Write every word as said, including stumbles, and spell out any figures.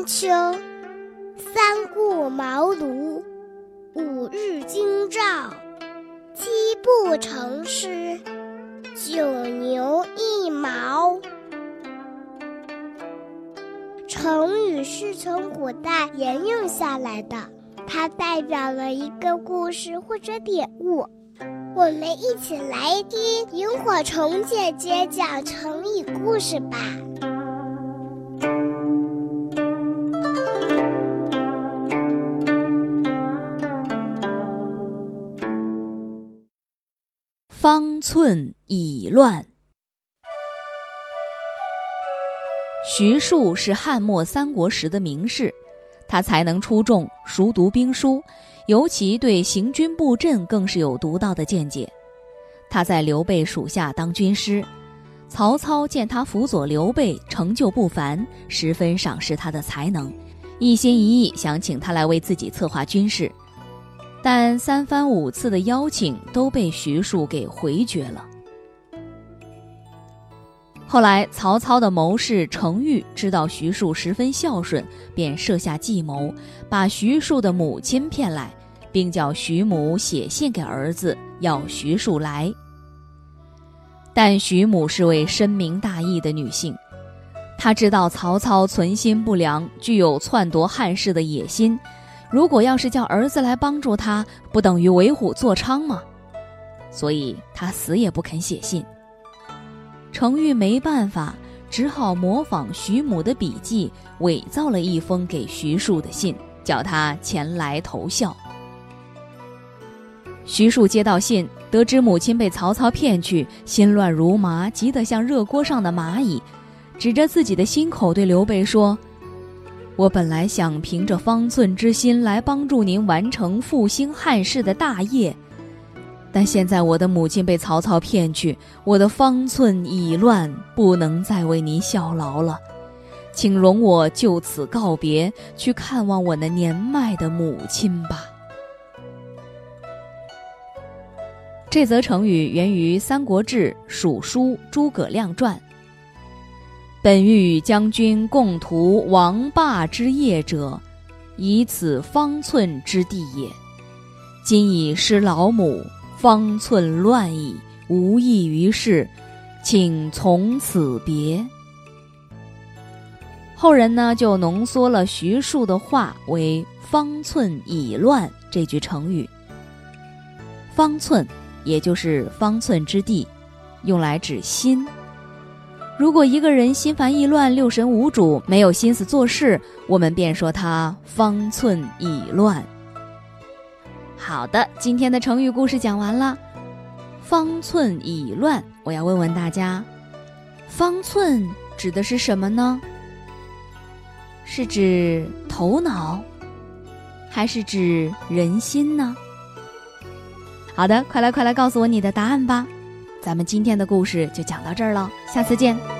秋，三顾茅庐，五日京兆，七步成诗，九牛一毛。成语是从古代沿用下来的，它代表了一个故事或者典故。我们一起来听萤火虫姐姐讲成语故事吧。 方寸已乱。徐庶是汉末三国时的名士，他才能出众，熟读兵书，尤其对行军布阵更是有独到的见解。他在刘备属下当军师，曹操见他辅佐刘备成就不凡，十分赏识他的才能，一心一意想请他来为自己策划军事。但三番五次的邀请都被徐庶给回绝了。后来曹操的谋士程昱知道徐庶十分孝顺，便设下计谋，把徐庶的母亲骗来，并叫徐母写信给儿子，要徐庶来。但徐母是位深明大义的女性，她知道曹操存心不良，具有篡夺汉室的野心，如果要是叫儿子来帮助他，不等于为虎作伥吗？所以他死也不肯写信。程昱没办法，只好模仿徐母的笔迹，伪造了一封给徐庶的信，叫他前来投效。徐庶接到信，得知母亲被曹操骗去，心乱如麻，急得像热锅上的蚂蚁，指着自己的心口对刘备说：我本来想凭着方寸之心来帮助您完成复兴汉室的大业，但现在我的母亲被曹操骗去，我的方寸已乱，不能再为您效劳了，请容我就此告别，去看望我那年迈的母亲吧。这则成语源于《三国志·蜀书·诸葛亮传》。本欲与将军共图王霸之业者，以此方寸之地也。今已失老母，方寸乱矣，无益于事，请从此别。后人呢就浓缩了徐庶的话为方寸已乱这句成语。方寸也就是方寸之地，用来指心。如果一个人心烦意乱，六神无主，没有心思做事，我们便说他方寸已乱。好的，今天的成语故事讲完了。方寸已乱，我要问问大家，方寸指的是什么呢？是指头脑，还是指人心呢？好的，快来快来告诉我你的答案吧。咱们今天的故事就讲到这儿了，下次见。